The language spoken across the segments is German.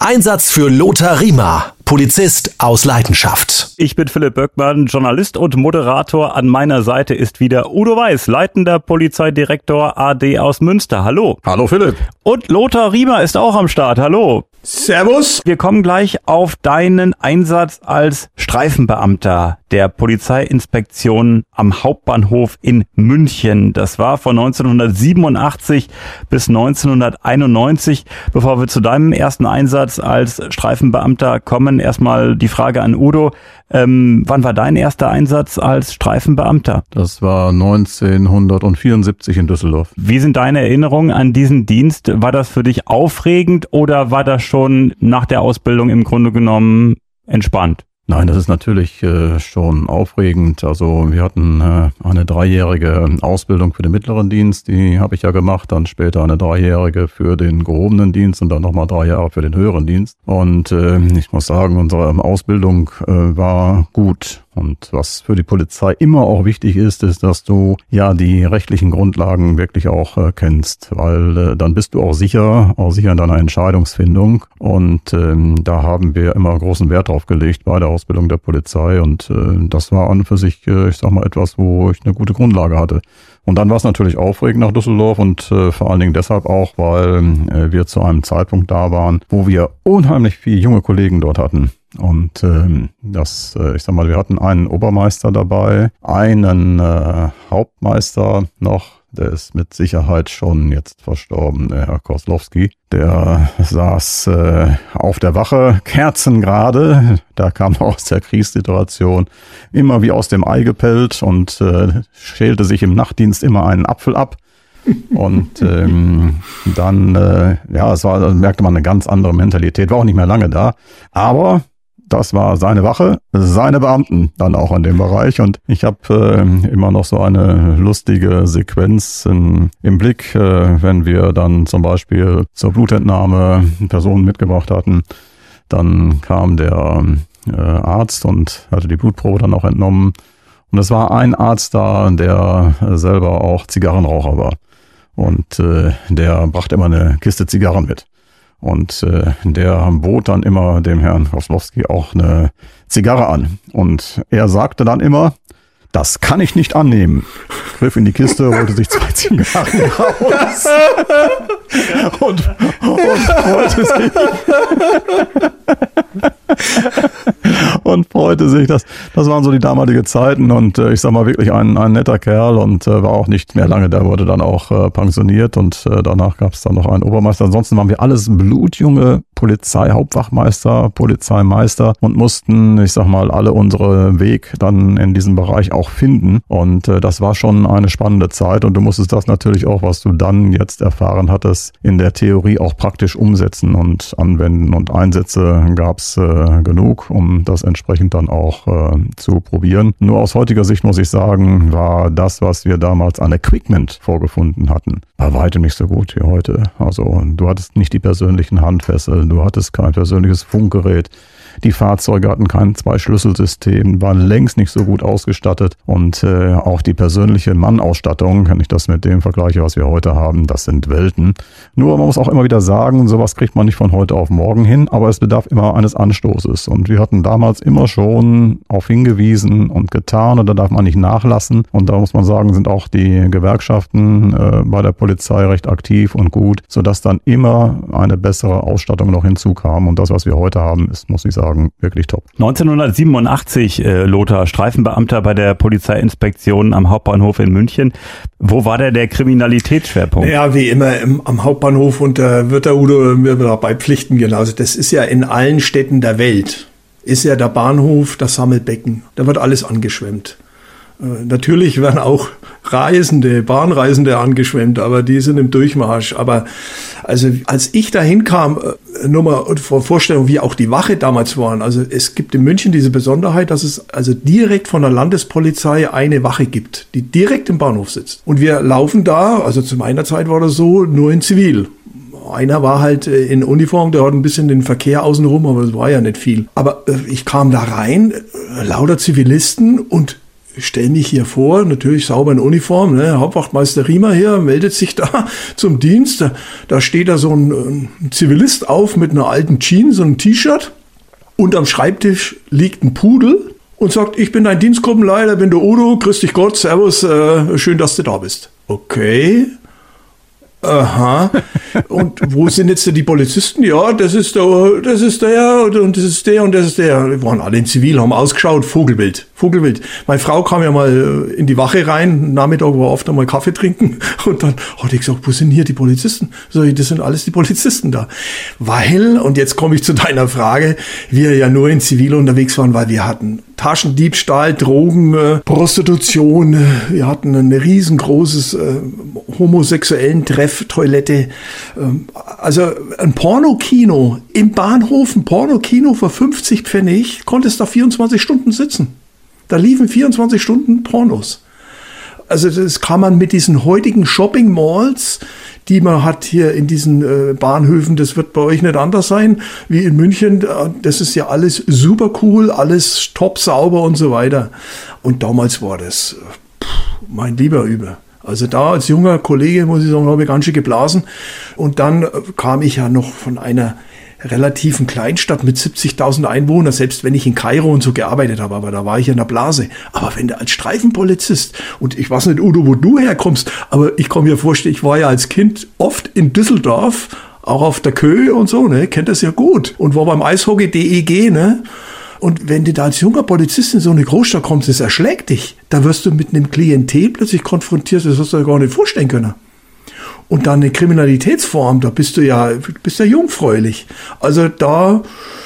Einsatz für Lothar Riemer, Polizist aus Leidenschaft. Ich bin Philipp Böckmann, Journalist und Moderator. An meiner Seite ist wieder Udo Weiß, leitender Polizeidirektor AD aus Münster. Hallo. Hallo Philipp. Und Lothar Riemer ist auch am Start. Hallo. Servus. Wir kommen gleich auf deinen Einsatz als Streifenbeamter der Polizeiinspektion am Hauptbahnhof in München. Das war von 1987 bis 1991. Bevor wir zu deinem ersten Einsatz als Streifenbeamter kommen, erstmal die Frage an Udo. Wann war dein erster Einsatz als Streifenbeamter? Das war 1974 in Düsseldorf. Wie sind deine Erinnerungen an diesen Dienst? War das für dich aufregend oder war das schon nach der Ausbildung im Grunde genommen entspannt? Nein, das ist natürlich schon aufregend. Also wir hatten eine 3-jährige Ausbildung für den mittleren Dienst, die habe ich ja gemacht, dann später eine 3-jährige für den gehobenen Dienst und dann nochmal 3 Jahre für den höheren Dienst. Und ich muss sagen, unsere Ausbildung war gut. Und was für die Polizei immer auch wichtig ist, dass du ja die rechtlichen Grundlagen wirklich auch kennst, weil dann bist du auch sicher in deiner Entscheidungsfindung. Und da haben wir immer großen Wert drauf gelegt bei der Ausbildung der Polizei. Und das war an und für sich, ich sag mal, etwas, wo ich eine gute Grundlage hatte. Und dann war es natürlich aufregend nach Düsseldorf und vor allen Dingen deshalb auch, weil wir zu einem Zeitpunkt da waren, wo wir unheimlich viele junge Kollegen dort hatten. Und ich sag mal, wir hatten einen Obermeister dabei, einen Hauptmeister noch, der ist mit Sicherheit schon jetzt verstorben, der Herr Koslowski. Der saß auf der Wache, Kerzen gerade, da kam er aus der Kriegssituation, immer wie aus dem Ei gepellt und schälte sich im Nachtdienst immer einen Apfel ab. Und dann merkte man eine ganz andere Mentalität, war auch nicht mehr lange da, aber das war seine Wache, seine Beamten dann auch in dem Bereich. Und ich habe immer noch so eine lustige Sequenz im Blick, wenn wir dann zum Beispiel zur Blutentnahme Personen mitgebracht hatten. Dann kam der Arzt und hatte die Blutprobe dann auch entnommen. Und es war ein Arzt da, der selber auch Zigarrenraucher war. Und der brachte immer eine Kiste Zigarren mit. Und der bot dann immer dem Herrn Koslowski auch eine Zigarre an. Und er sagte dann immer, das kann ich nicht annehmen. Griff in die Kiste, holte sich 2 Zigarren raus und freute sich. Das waren so die damaligen Zeiten und ich sag mal wirklich ein netter Kerl und war auch nicht mehr lange, der wurde dann auch pensioniert und danach gab es dann noch einen Obermeister. Ansonsten waren wir alles blutjunge Polizeihauptwachmeister, Polizeimeister und mussten, ich sag mal, alle unsere Weg dann in diesem Bereich auch finden und das war schon eine spannende Zeit und du musstest das natürlich auch, was du dann jetzt erfahren hattest, in der Theorie auch praktisch umsetzen und anwenden und Einsätze gab's genug, um das entsprechend dann auch zu probieren. Nur aus heutiger Sicht muss ich sagen, war das, was wir damals an Equipment vorgefunden hatten, bei weitem nicht so gut wie heute. Also du hattest nicht die persönlichen Handfesseln, du hattest kein persönliches Funkgerät. Die Fahrzeuge hatten kein 2-Schlüsselsystem, waren längst nicht so gut ausgestattet und auch die persönliche Mannausstattung, wenn ich das mit dem vergleiche, was wir heute haben, das sind Welten. Nur man muss auch immer wieder sagen, sowas kriegt man nicht von heute auf morgen hin, aber es bedarf immer eines Anstoßes und wir hatten damals immer schon auf hingewiesen und getan und da darf man nicht nachlassen und da muss man sagen, sind auch die Gewerkschaften bei der Polizei recht aktiv und gut, sodass dann immer eine bessere Ausstattung noch hinzukam und das, was wir heute haben, ist, muss ich sagen, wirklich top. 1987, Lothar, Streifenbeamter bei der Polizeiinspektion am Hauptbahnhof in München. Wo war der Kriminalitätsschwerpunkt? Ja, wie immer am Hauptbahnhof und da wird der Udo mir dabei pflichten. Genau. Also das ist ja in allen Städten der Welt. Ist ja der Bahnhof das Sammelbecken. Da wird alles angeschwemmt. Natürlich werden auch Bahnreisende angeschwemmt, aber die sind im Durchmarsch. Aber also als ich da hinkam, nur mal vor Vorstellung, wie auch die Wache damals waren. Also es gibt in München diese Besonderheit, dass es also direkt von der Landespolizei eine Wache gibt, die direkt im Bahnhof sitzt. Und wir laufen da, also zu meiner Zeit war das so, nur in Zivil. Einer war halt in Uniform, der hat ein bisschen den Verkehr außenrum, aber es war ja nicht viel. Aber ich kam da rein, lauter Zivilisten und stelle mich hier vor, natürlich sauber in Uniform, ne? Hauptwachtmeister Riemer hier meldet sich da zum Dienst. Da steht da so ein Zivilist auf mit einer alten Jeans und einem T-Shirt. Und am Schreibtisch liegt ein Pudel und sagt, ich bin dein Dienstgruppenleiter, bin der Udo, grüß dich Gott, servus, schön, dass du da bist. Okay. Aha. Und wo sind jetzt die Polizisten? Ja, das ist der und das ist der und das ist der. Wir waren alle in Zivil, haben ausgeschaut, Vogelwild. Meine Frau kam ja mal in die Wache rein, Nachmittag war oft einmal Kaffee trinken und dann hat die gesagt, wo sind hier die Polizisten? Sag ich, das sind alles die Polizisten da. Weil, und jetzt komme ich zu deiner Frage, wir ja nur in Zivil unterwegs waren, weil wir hatten Taschendiebstahl, Drogen, Prostitution, wir hatten ein riesengroßes homosexuellen Treff-Toilette, also ein Pornokino im Bahnhof, ein Pornokino für 50 Pfennig, konntest da 24 Stunden sitzen. Da liefen 24 Stunden Pornos. Also das kann man mit diesen heutigen Shopping-Malls, die man hat hier in diesen Bahnhöfen, das wird bei euch nicht anders sein wie in München. Das ist ja alles super cool, alles top sauber und so weiter. Und damals war das mein lieber Übel. Also da als junger Kollege, muss ich sagen, habe ich ganz schön geblasen. Und dann kam ich ja noch von einer relativen Kleinstadt mit 70.000 Einwohnern, selbst wenn ich in Kairo und so gearbeitet habe, aber da war ich in der Blase. Aber wenn du als Streifenpolizist, und ich weiß nicht, Udo, wo du herkommst, aber ich kann mir vorstellen, ich war ja als Kind oft in Düsseldorf, auch auf der Köhe und so, ne, kennt das ja gut. Und war beim Eishockey DEG, ne. Und wenn du da als junger Polizist in so eine Großstadt kommst, das erschlägt dich. Da wirst du mit einem Klientel plötzlich konfrontiert, das hast du ja gar nicht vorstellen können. Und dann eine Kriminalitätsform, da bist du ja jungfräulich. Also da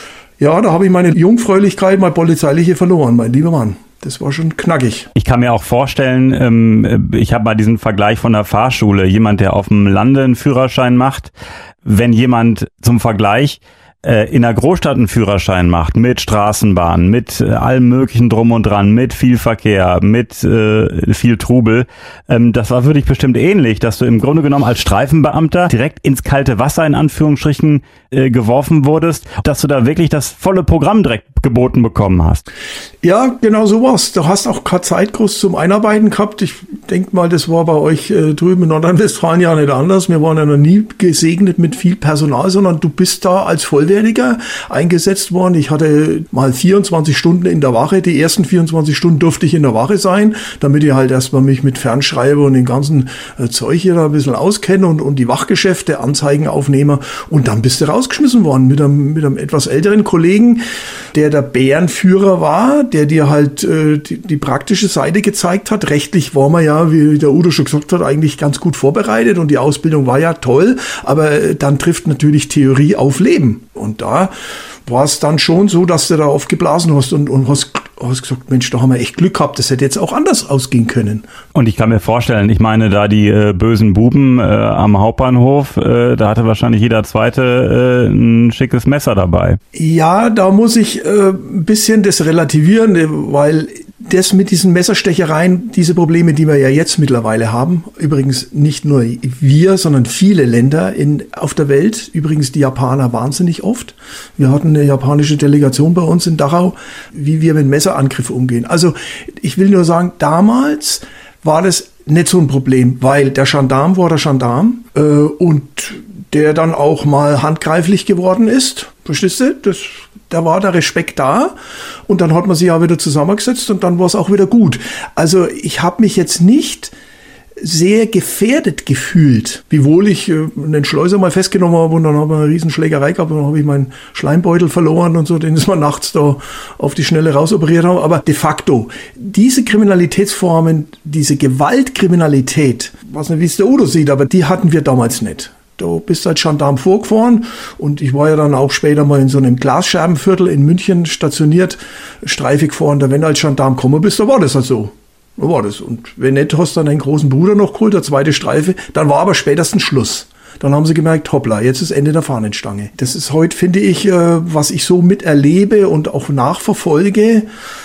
habe ich meine Jungfräulichkeit, meine polizeiliche verloren, mein lieber Mann. Das war schon knackig. Ich kann mir auch vorstellen, ich habe mal diesen Vergleich von der Fahrschule, jemand, der auf dem Lande einen Führerschein macht, wenn jemand zum Vergleich in einer Großstadt einen Führerschein macht, mit Straßenbahn, mit allem möglichen drum und dran, mit viel Verkehr, mit viel Trubel, das war wirklich bestimmt ähnlich, dass du im Grunde genommen als Streifenbeamter direkt ins kalte Wasser in Anführungsstrichen geworfen wurdest, dass du da wirklich das volle Programm direkt geboten bekommen hast. Ja, genau so war's. Du hast auch keine Zeit groß zum Einarbeiten gehabt. Ich denke mal, das war bei euch drüben in Nordrhein-Westfalen ja nicht anders. Wir waren ja noch nie gesegnet mit viel Personal, sondern du bist da als Vollwertiger eingesetzt worden. Ich hatte mal 24 Stunden in der Wache. Die ersten 24 Stunden durfte ich in der Wache sein, damit ich halt erstmal mich mit Fernschreiber und dem ganzen Zeug hier da ein bisschen auskenne und die Wachgeschäfte, Anzeigenaufnehmer. Und dann bist du rausgeschmissen worden mit einem etwas älteren Kollegen, der Bärenführer war, der dir halt die praktische Seite gezeigt hat. Rechtlich war man ja, wie der Udo schon gesagt hat, eigentlich ganz gut vorbereitet und die Ausbildung war ja toll, aber dann trifft natürlich Theorie auf Leben. Und da war es dann schon so, dass du da aufgeblasen hast und hast gesagt, Mensch, da haben wir echt Glück gehabt, das hätte jetzt auch anders ausgehen können. Und ich kann mir vorstellen, ich meine, da die bösen Buben am Hauptbahnhof, da hatte wahrscheinlich jeder Zweite ein schickes Messer dabei. Ja, da muss ich ein bisschen das relativieren, weil das mit diesen Messerstechereien, diese Probleme, die wir ja jetzt mittlerweile haben, übrigens nicht nur wir, sondern viele Länder auf der Welt, übrigens die Japaner wahnsinnig oft. Wir hatten eine japanische Delegation bei uns in Dachau, wie wir mit Messerangriffen umgehen. Also ich will nur sagen, damals war das nicht so ein Problem, weil der Gendarm war der Gendarm und der dann auch mal handgreiflich geworden ist. Verstehst du? Da war der Respekt da und dann hat man sich auch wieder zusammengesetzt und dann war es auch wieder gut. Also ich habe mich jetzt nicht sehr gefährdet gefühlt, wiewohl ich einen Schleuser mal festgenommen habe und dann habe ich eine Riesenschlägerei gehabt und dann habe ich meinen Schleimbeutel verloren und so, den ist man nachts da auf die Schnelle rausoperiert haben. Aber de facto, diese Kriminalitätsformen, diese Gewaltkriminalität, weiß nicht, wie es der Udo sieht, aber die hatten wir damals nicht. Du bist als Gendarm vorgefahren und ich war ja dann auch später mal in so einem Glasscherbenviertel in München stationiert, Streife gefahren. Da wenn du als Gendarm gekommen bist, da war das halt so. Da war das. Und wenn nicht, hast du dann einen großen Bruder noch geholt, der zweite Streife. Dann war aber spätestens Schluss. Dann haben sie gemerkt, hoppla, jetzt ist Ende der Fahnenstange. Das ist heute, finde ich, was ich so miterlebe und auch nachverfolge,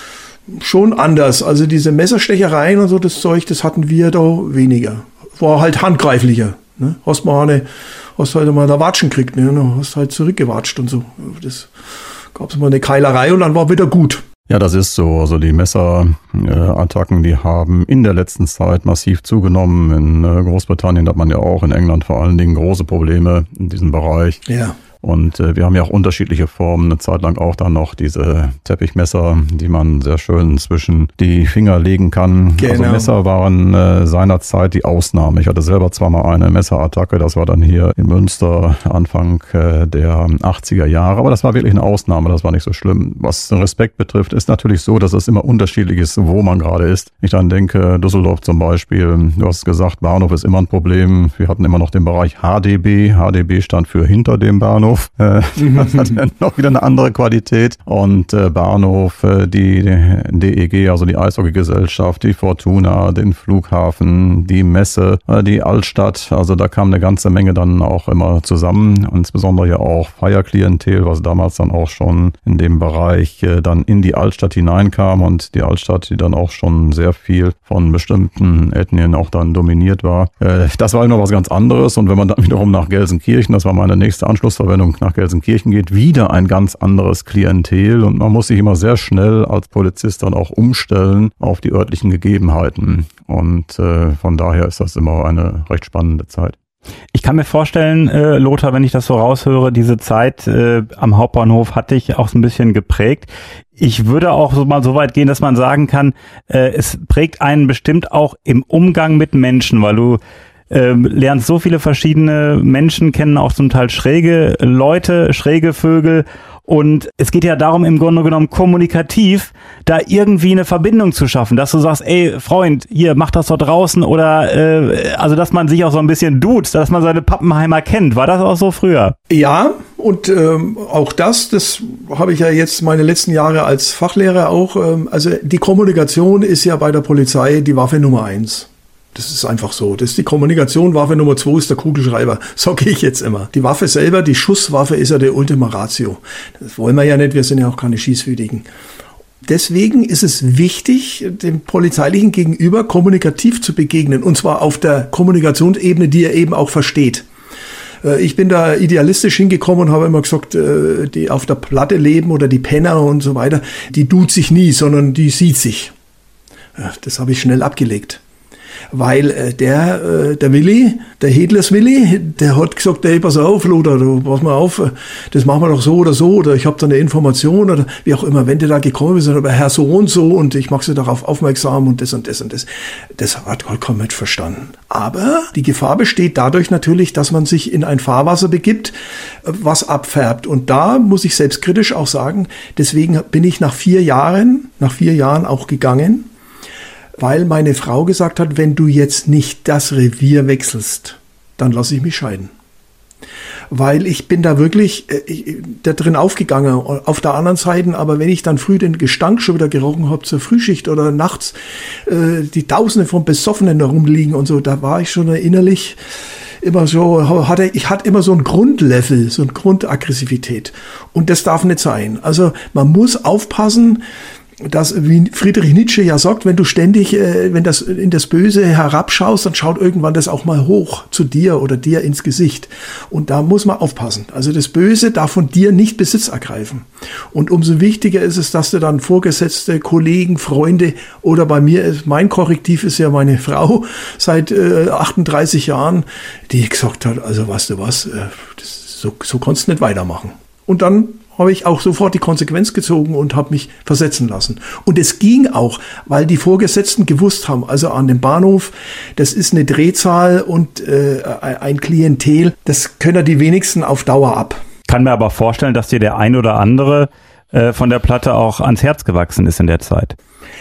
schon anders. Also diese Messerstechereien und so, das Zeug, das hatten wir da weniger. War halt handgreiflicher. Ne? Hast halt mal da Watschen gekriegt, ne? Hast halt zurückgewatscht und so. Das gab's mal eine Keilerei und dann war wieder gut. Ja, das ist so. Also die Messerattacken, die haben in der letzten Zeit massiv zugenommen. In Großbritannien hat man ja auch, in England vor allen Dingen große Probleme in diesem Bereich. Ja. Und wir haben ja auch unterschiedliche Formen, eine Zeit lang auch dann noch diese Teppichmesser, die man sehr schön zwischen die Finger legen kann. Genau. Also Messer waren seinerzeit die Ausnahme. Ich hatte selber zweimal eine Messerattacke, das war dann hier in Münster Anfang der 80er Jahre, aber das war wirklich eine Ausnahme, das war nicht so schlimm. Was den Respekt betrifft, ist natürlich so, dass es immer unterschiedlich ist, wo man gerade ist. Ich dann denke, Düsseldorf zum Beispiel, du hast gesagt, Bahnhof ist immer ein Problem. Wir hatten immer noch den Bereich HDB. HDB stand für hinter dem Bahnhof. Das hat ja noch wieder eine andere Qualität. Und Bahnhof, die DEG, also die Eishockeygesellschaft, die Fortuna, den Flughafen, die Messe, die Altstadt. Also da kam eine ganze Menge dann auch immer zusammen. Und insbesondere ja auch Feierklientel, was damals dann auch schon in dem Bereich dann in die Altstadt hineinkam. Und die Altstadt, die dann auch schon sehr viel von bestimmten Ethnien auch dann dominiert war. Das war immer was ganz anderes. Und wenn man dann wiederum nach Gelsenkirchen, das war meine nächste Anschlussverwendung, nach Gelsenkirchen geht, wieder ein ganz anderes Klientel und man muss sich immer sehr schnell als Polizist dann auch umstellen auf die örtlichen Gegebenheiten und von daher ist das immer eine recht spannende Zeit. Ich kann mir vorstellen, Lothar, wenn ich das so raushöre, diese Zeit am Hauptbahnhof hat dich auch so ein bisschen geprägt. Ich würde auch so mal so weit gehen, dass man sagen kann, es prägt einen bestimmt auch im Umgang mit Menschen, weil du lernst so viele verschiedene Menschen kennen, auch zum Teil schräge Leute, schräge Vögel. Und es geht ja darum, im Grunde genommen kommunikativ da irgendwie eine Verbindung zu schaffen, dass du sagst, ey Freund, hier, mach das doch draußen oder also dass man sich auch so ein bisschen duzt, dass man seine Pappenheimer kennt. War das auch so früher? Ja, und auch das habe ich ja jetzt meine letzten Jahre als Fachlehrer auch. Also die Kommunikation ist ja bei der Polizei die Waffe Nummer 1. Das ist einfach so. Das ist die Kommunikation. Waffe Nummer 2 ist der Kugelschreiber. Sage ich jetzt immer. Die Waffe selber, die Schusswaffe ist ja der Ultima Ratio. Das wollen wir ja nicht. Wir sind ja auch keine Schießwütigen. Deswegen ist es wichtig, dem polizeilichen Gegenüber kommunikativ zu begegnen. Und zwar auf der Kommunikationsebene, die er eben auch versteht. Ich bin da idealistisch hingekommen und habe immer gesagt, die auf der Platte leben oder die Penner und so weiter, die duzt sich nie, sondern die sieht sich. Das habe ich schnell abgelegt. Weil der Willi, der Hedlers Willi, der hat gesagt, ey, pass auf, Lothar, du pass mal auf, das machen wir doch so oder ich habe da eine Information oder wie auch immer, wenn du da gekommen bist, aber Herr so und so und ich mache sie darauf aufmerksam und das und das und das. Das hat vollkommen nicht verstanden. Aber die Gefahr besteht dadurch natürlich, dass man sich in ein Fahrwasser begibt, was abfärbt. Und da muss ich selbstkritisch auch sagen, deswegen bin ich nach 4 Jahren auch gegangen, weil meine Frau gesagt hat, wenn du jetzt nicht das Revier wechselst, dann lasse ich mich scheiden. Weil ich bin da wirklich da drin aufgegangen, auf der anderen Seite, aber wenn ich dann früh den Gestank schon wieder gerochen habe zur Frühschicht oder nachts die Tausende von Besoffenen da rumliegen und so, da war ich schon innerlich immer so, ich hatte immer so ein Grundlevel, so eine Grundaggressivität. Und das darf nicht sein. Also man muss aufpassen, dass, wie Friedrich Nietzsche ja sagt, wenn du ständig, wenn das in das Böse herabschaust, dann schaut irgendwann das auch mal hoch zu dir oder dir ins Gesicht. Und da muss man aufpassen. Also das Böse darf von dir nicht Besitz ergreifen. Und umso wichtiger ist es, dass du dann Vorgesetzte, Kollegen, Freunde oder bei mir ist, mein Korrektiv ist ja meine Frau seit 38 Jahren, die gesagt hat, also weißt du was, so kannst du nicht weitermachen. Und dann habe ich auch sofort die Konsequenz gezogen und habe mich versetzen lassen. Und es ging auch, weil die Vorgesetzten gewusst haben, also an dem Bahnhof, das ist eine Drehzahl und ein Klientel, das können die wenigsten auf Dauer ab. Kann mir aber vorstellen, dass dir der ein oder andere von der Platte auch ans Herz gewachsen ist in der Zeit.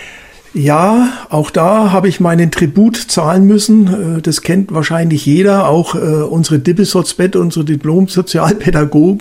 Ja, auch da habe ich meinen Tribut zahlen müssen. Das kennt wahrscheinlich jeder, auch unsere Dippelsozbett, unsere Diplom-Sozialpädagogen,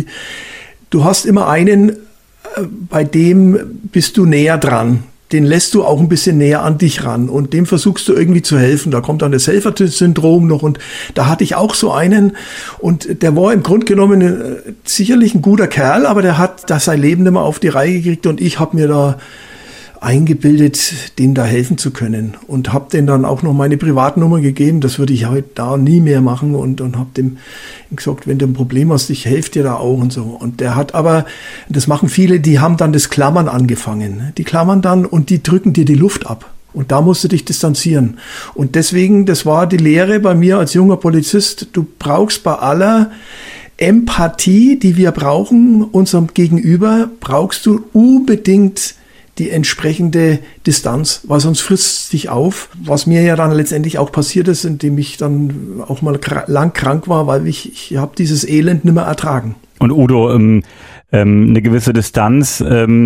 du hast immer einen, bei dem bist du näher dran. Den lässt du auch ein bisschen näher an dich ran und dem versuchst du irgendwie zu helfen. Da kommt dann das Helfersyndrom noch und da hatte ich auch so einen und der war im Grunde genommen sicherlich ein guter Kerl, aber der hat da sein Leben nicht mehr auf die Reihe gekriegt und ich habe mir da eingebildet, denen da helfen zu können. Und habe denen dann auch noch meine Privatnummer gegeben. Das würde ich heute da nie mehr machen. Und habe dem gesagt, wenn du ein Problem hast, ich helfe dir da auch und so. Und der hat aber, das machen viele, die haben dann das Klammern angefangen. Die klammern dann und die drücken dir die Luft ab. Und da musst du dich distanzieren. Und deswegen, das war die Lehre bei mir als junger Polizist, du brauchst bei aller Empathie, die wir brauchen, unserem Gegenüber, brauchst du unbedingt die entsprechende Distanz, weil sonst frisst dich auf. Was mir ja dann letztendlich auch passiert ist, indem ich dann auch mal lang krank war, weil ich habe dieses Elend nicht mehr ertragen. Und Udo, eine gewisse Distanz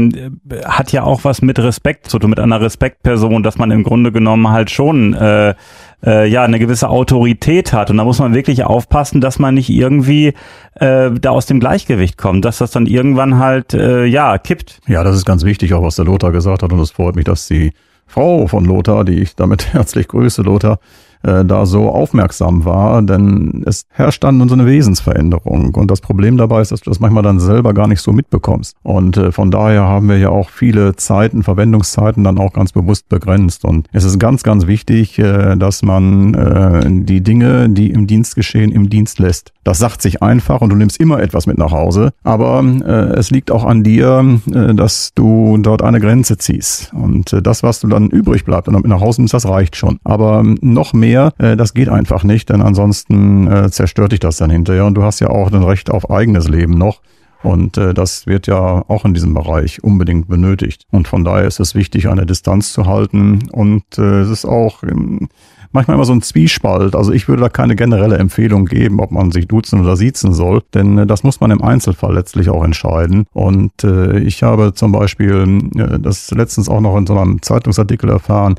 hat ja auch was mit Respekt zu tun, mit einer Respektperson, dass man im Grunde genommen halt schon eine gewisse Autorität hat. Und da muss man wirklich aufpassen, dass man nicht irgendwie da aus dem Gleichgewicht kommt, dass das dann irgendwann halt kippt. Ja, das ist ganz wichtig, auch was der Lothar gesagt hat. Und es freut mich, dass die Frau von Lothar, die ich damit herzlich grüße, Lothar, da so aufmerksam war, denn es herrscht dann so eine Wesensveränderung. Und das Problem dabei ist, dass du das manchmal dann selber gar nicht so mitbekommst. Und von daher haben wir ja auch viele Verwendungszeiten dann auch ganz bewusst begrenzt. Und es ist ganz, ganz wichtig, dass man die Dinge, die im Dienst geschehen, im Dienst lässt. Das sagt sich einfach und du nimmst immer etwas mit nach Hause. Aber es liegt auch an dir, dass du dort eine Grenze ziehst. Und das, was du dann übrig bleibt und damit nach Hause nimmst, das reicht schon. Aber noch mehr, das geht einfach nicht, denn ansonsten zerstört dich das dann hinterher. Und du hast ja auch ein Recht auf eigenes Leben noch. Und das wird ja auch in diesem Bereich unbedingt benötigt. Und von daher ist es wichtig, eine Distanz zu halten. Und es ist auch manchmal immer so ein Zwiespalt. Also ich würde da keine generelle Empfehlung geben, ob man sich duzen oder siezen soll. Denn das muss man im Einzelfall letztlich auch entscheiden. Und ich habe zum Beispiel das letztens auch noch in so einem Zeitungsartikel erfahren,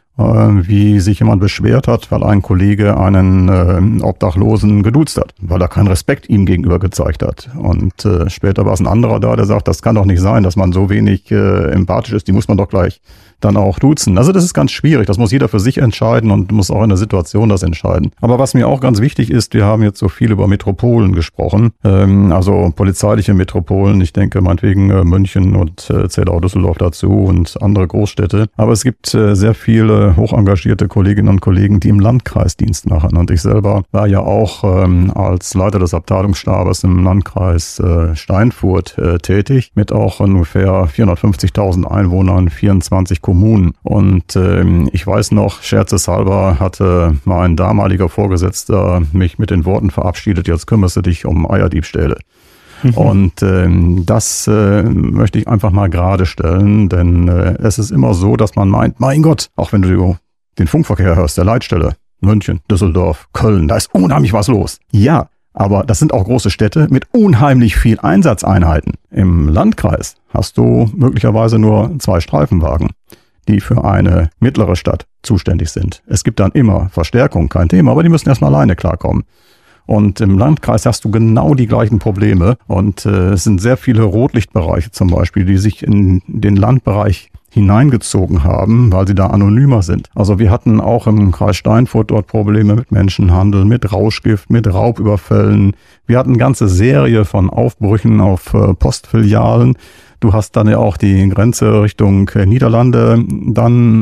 wie sich jemand beschwert hat, weil ein Kollege einen Obdachlosen geduzt hat, weil er keinen Respekt ihm gegenüber gezeigt hat. Und später war es ein anderer da, der sagt, das kann doch nicht sein, dass man so wenig empathisch ist, die muss man doch gleich dann auch duzen. Also das ist ganz schwierig, das muss jeder für sich entscheiden und muss auch in der Situation das entscheiden. Aber was mir auch ganz wichtig ist, wir haben jetzt so viel über Metropolen gesprochen, also polizeiliche Metropolen, ich denke meinetwegen München und zähle auch Düsseldorf dazu und andere Großstädte. Aber es gibt sehr viele hochengagierte Kolleginnen und Kollegen, die im Landkreis Dienst machen. Und ich selber war ja auch als Leiter des Abteilungsstabes im Landkreis Steinfurt tätig, mit auch ungefähr 450.000 Einwohnern, 24 Kommunen. Und ich weiß noch, scherzeshalber hatte mein damaliger Vorgesetzter mich mit den Worten verabschiedet, jetzt kümmerst du dich um Eierdiebstähle. Und das möchte ich einfach mal gerade stellen, denn es ist immer so, dass man meint, mein Gott, auch wenn du den Funkverkehr hörst, der Leitstelle, München, Düsseldorf, Köln, da ist unheimlich was los. Ja, aber das sind auch große Städte mit unheimlich viel Einsatzeinheiten. Im Landkreis hast du möglicherweise nur 2 Streifenwagen, die für eine mittlere Stadt zuständig sind. Es gibt dann immer Verstärkung, kein Thema, aber die müssen erstmal alleine klarkommen. Und im Landkreis hast du genau die gleichen Probleme. Und es sind sehr viele Rotlichtbereiche zum Beispiel, die sich in den Landbereich hineingezogen haben, weil sie da anonymer sind. Also wir hatten auch im Kreis Steinfurt dort Probleme mit Menschenhandel, mit Rauschgift, mit Raubüberfällen. Wir hatten eine ganze Serie von Aufbrüchen auf Postfilialen. Du hast dann ja auch die Grenze Richtung Niederlande, dann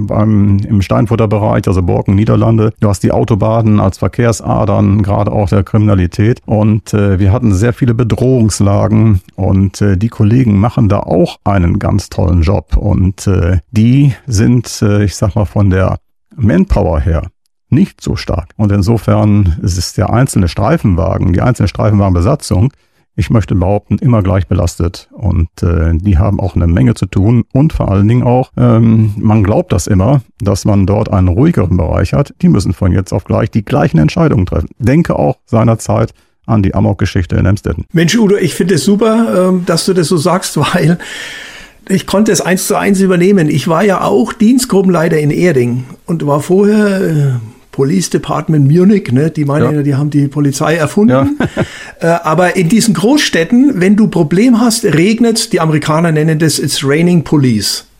im Steinfurter Bereich, also Borken, Niederlande. Du hast die Autobahnen als Verkehrsadern, gerade auch der Kriminalität. Und wir hatten sehr viele Bedrohungslagen und die Kollegen machen da auch einen ganz tollen Job. Und die sind, ich sag mal, von der Manpower her nicht so stark. Und insofern ist der einzelne Streifenwagen, die einzelne Streifenwagenbesatzung, ich möchte behaupten, immer gleich belastet. Und die haben auch eine Menge zu tun. Und vor allen Dingen auch, man glaubt das immer, dass man dort einen ruhigeren Bereich hat. Die müssen von jetzt auf gleich die gleichen Entscheidungen treffen. Denke auch seinerzeit an die Amok-Geschichte in Emstetten. Mensch, Udo, ich finde es super, dass du das so sagst, weil ich konnte es 1:1 übernehmen. Ich war ja auch Dienstgruppenleiter in Erding und war vorher Police Department Munich, ne? Die meinen ja, die haben die Polizei erfunden. Ja. Aber in diesen Großstädten, wenn du Problem hast, regnet, die Amerikaner nennen das It's Raining Police.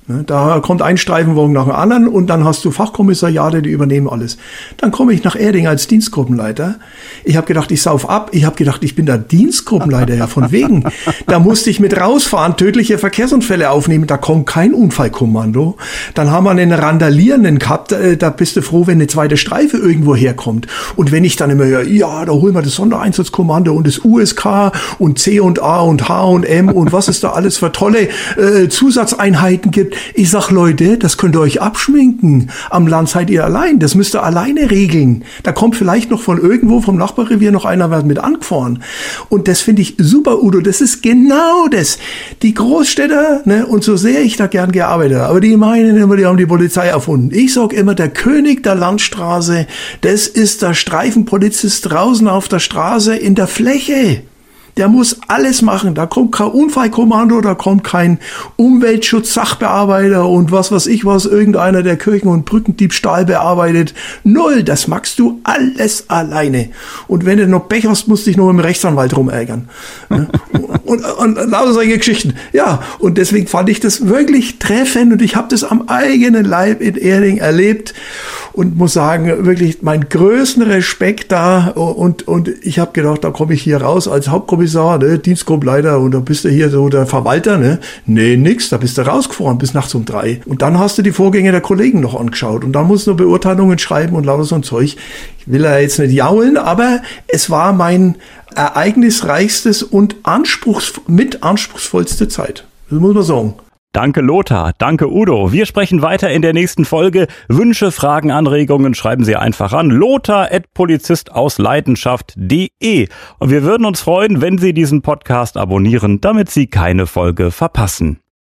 Da kommt ein Streifenwagen nach dem anderen und dann hast du Fachkommissariate, die übernehmen alles. Dann komme ich nach Erding als Dienstgruppenleiter. Ich habe gedacht, ich sauf ab. Ich habe gedacht, ich bin der Dienstgruppenleiter, ja von wegen. Da musste ich mit rausfahren, tödliche Verkehrsunfälle aufnehmen. Da kommt kein Unfallkommando. Dann haben wir einen Randalierenden gehabt. Da bist du froh, wenn eine zweite Streife irgendwo herkommt. Und wenn ich dann immer höre, ja, da holen wir das Sondereinsatzkommando und das USK und C&A und H&M und was es da alles für tolle Zusatzeinheiten gibt. Ich sag, Leute, das könnt ihr euch abschminken. Am Land seid ihr allein. Das müsst ihr alleine regeln. Da kommt vielleicht noch von irgendwo, vom Nachbarrevier noch einer mit angefahren. Und das finde ich super, Udo. Das ist genau das. Die Großstädter, ne, und so sehr ich da gern gearbeitet habe, aber die meinen immer, die haben die Polizei erfunden. Ich sag immer, der König der Landstraße, das ist der Streifenpolizist draußen auf der Straße in der Fläche. Der muss alles machen. Da kommt kein Unfallkommando, da kommt kein Umweltschutz-Sachbearbeiter und was weiß ich was, irgendeiner, der Kirchen- und Brückendiebstahl bearbeitet. Null, das machst du alles alleine. Und wenn du noch Pech hast, musst du dich noch mit dem Rechtsanwalt rumärgern. und lauter solche Geschichten. Ja, und deswegen fand ich das wirklich treffend und ich habe das am eigenen Leib in Erding erlebt und muss sagen, wirklich meinen größten Respekt da und ich habe gedacht, da komme ich hier raus als Hauptkommissar, ne, Dienstgruppenleiter und da bist du hier so der Verwalter, ne? Nee, nix, da bist du rausgefahren bis nachts um 3. Und dann hast du die Vorgänge der Kollegen noch angeschaut und dann musst du noch Beurteilungen schreiben und lauter so ein Zeug. Ich will ja jetzt nicht jaulen, aber es war mein ereignisreichstes und anspruchsvollste Zeit. Das muss man sagen. Danke Lothar, danke Udo. Wir sprechen weiter in der nächsten Folge. Wünsche, Fragen, Anregungen schreiben Sie einfach an lothar@polizistausleidenschaft.de. Und wir würden uns freuen, wenn Sie diesen Podcast abonnieren, damit Sie keine Folge verpassen.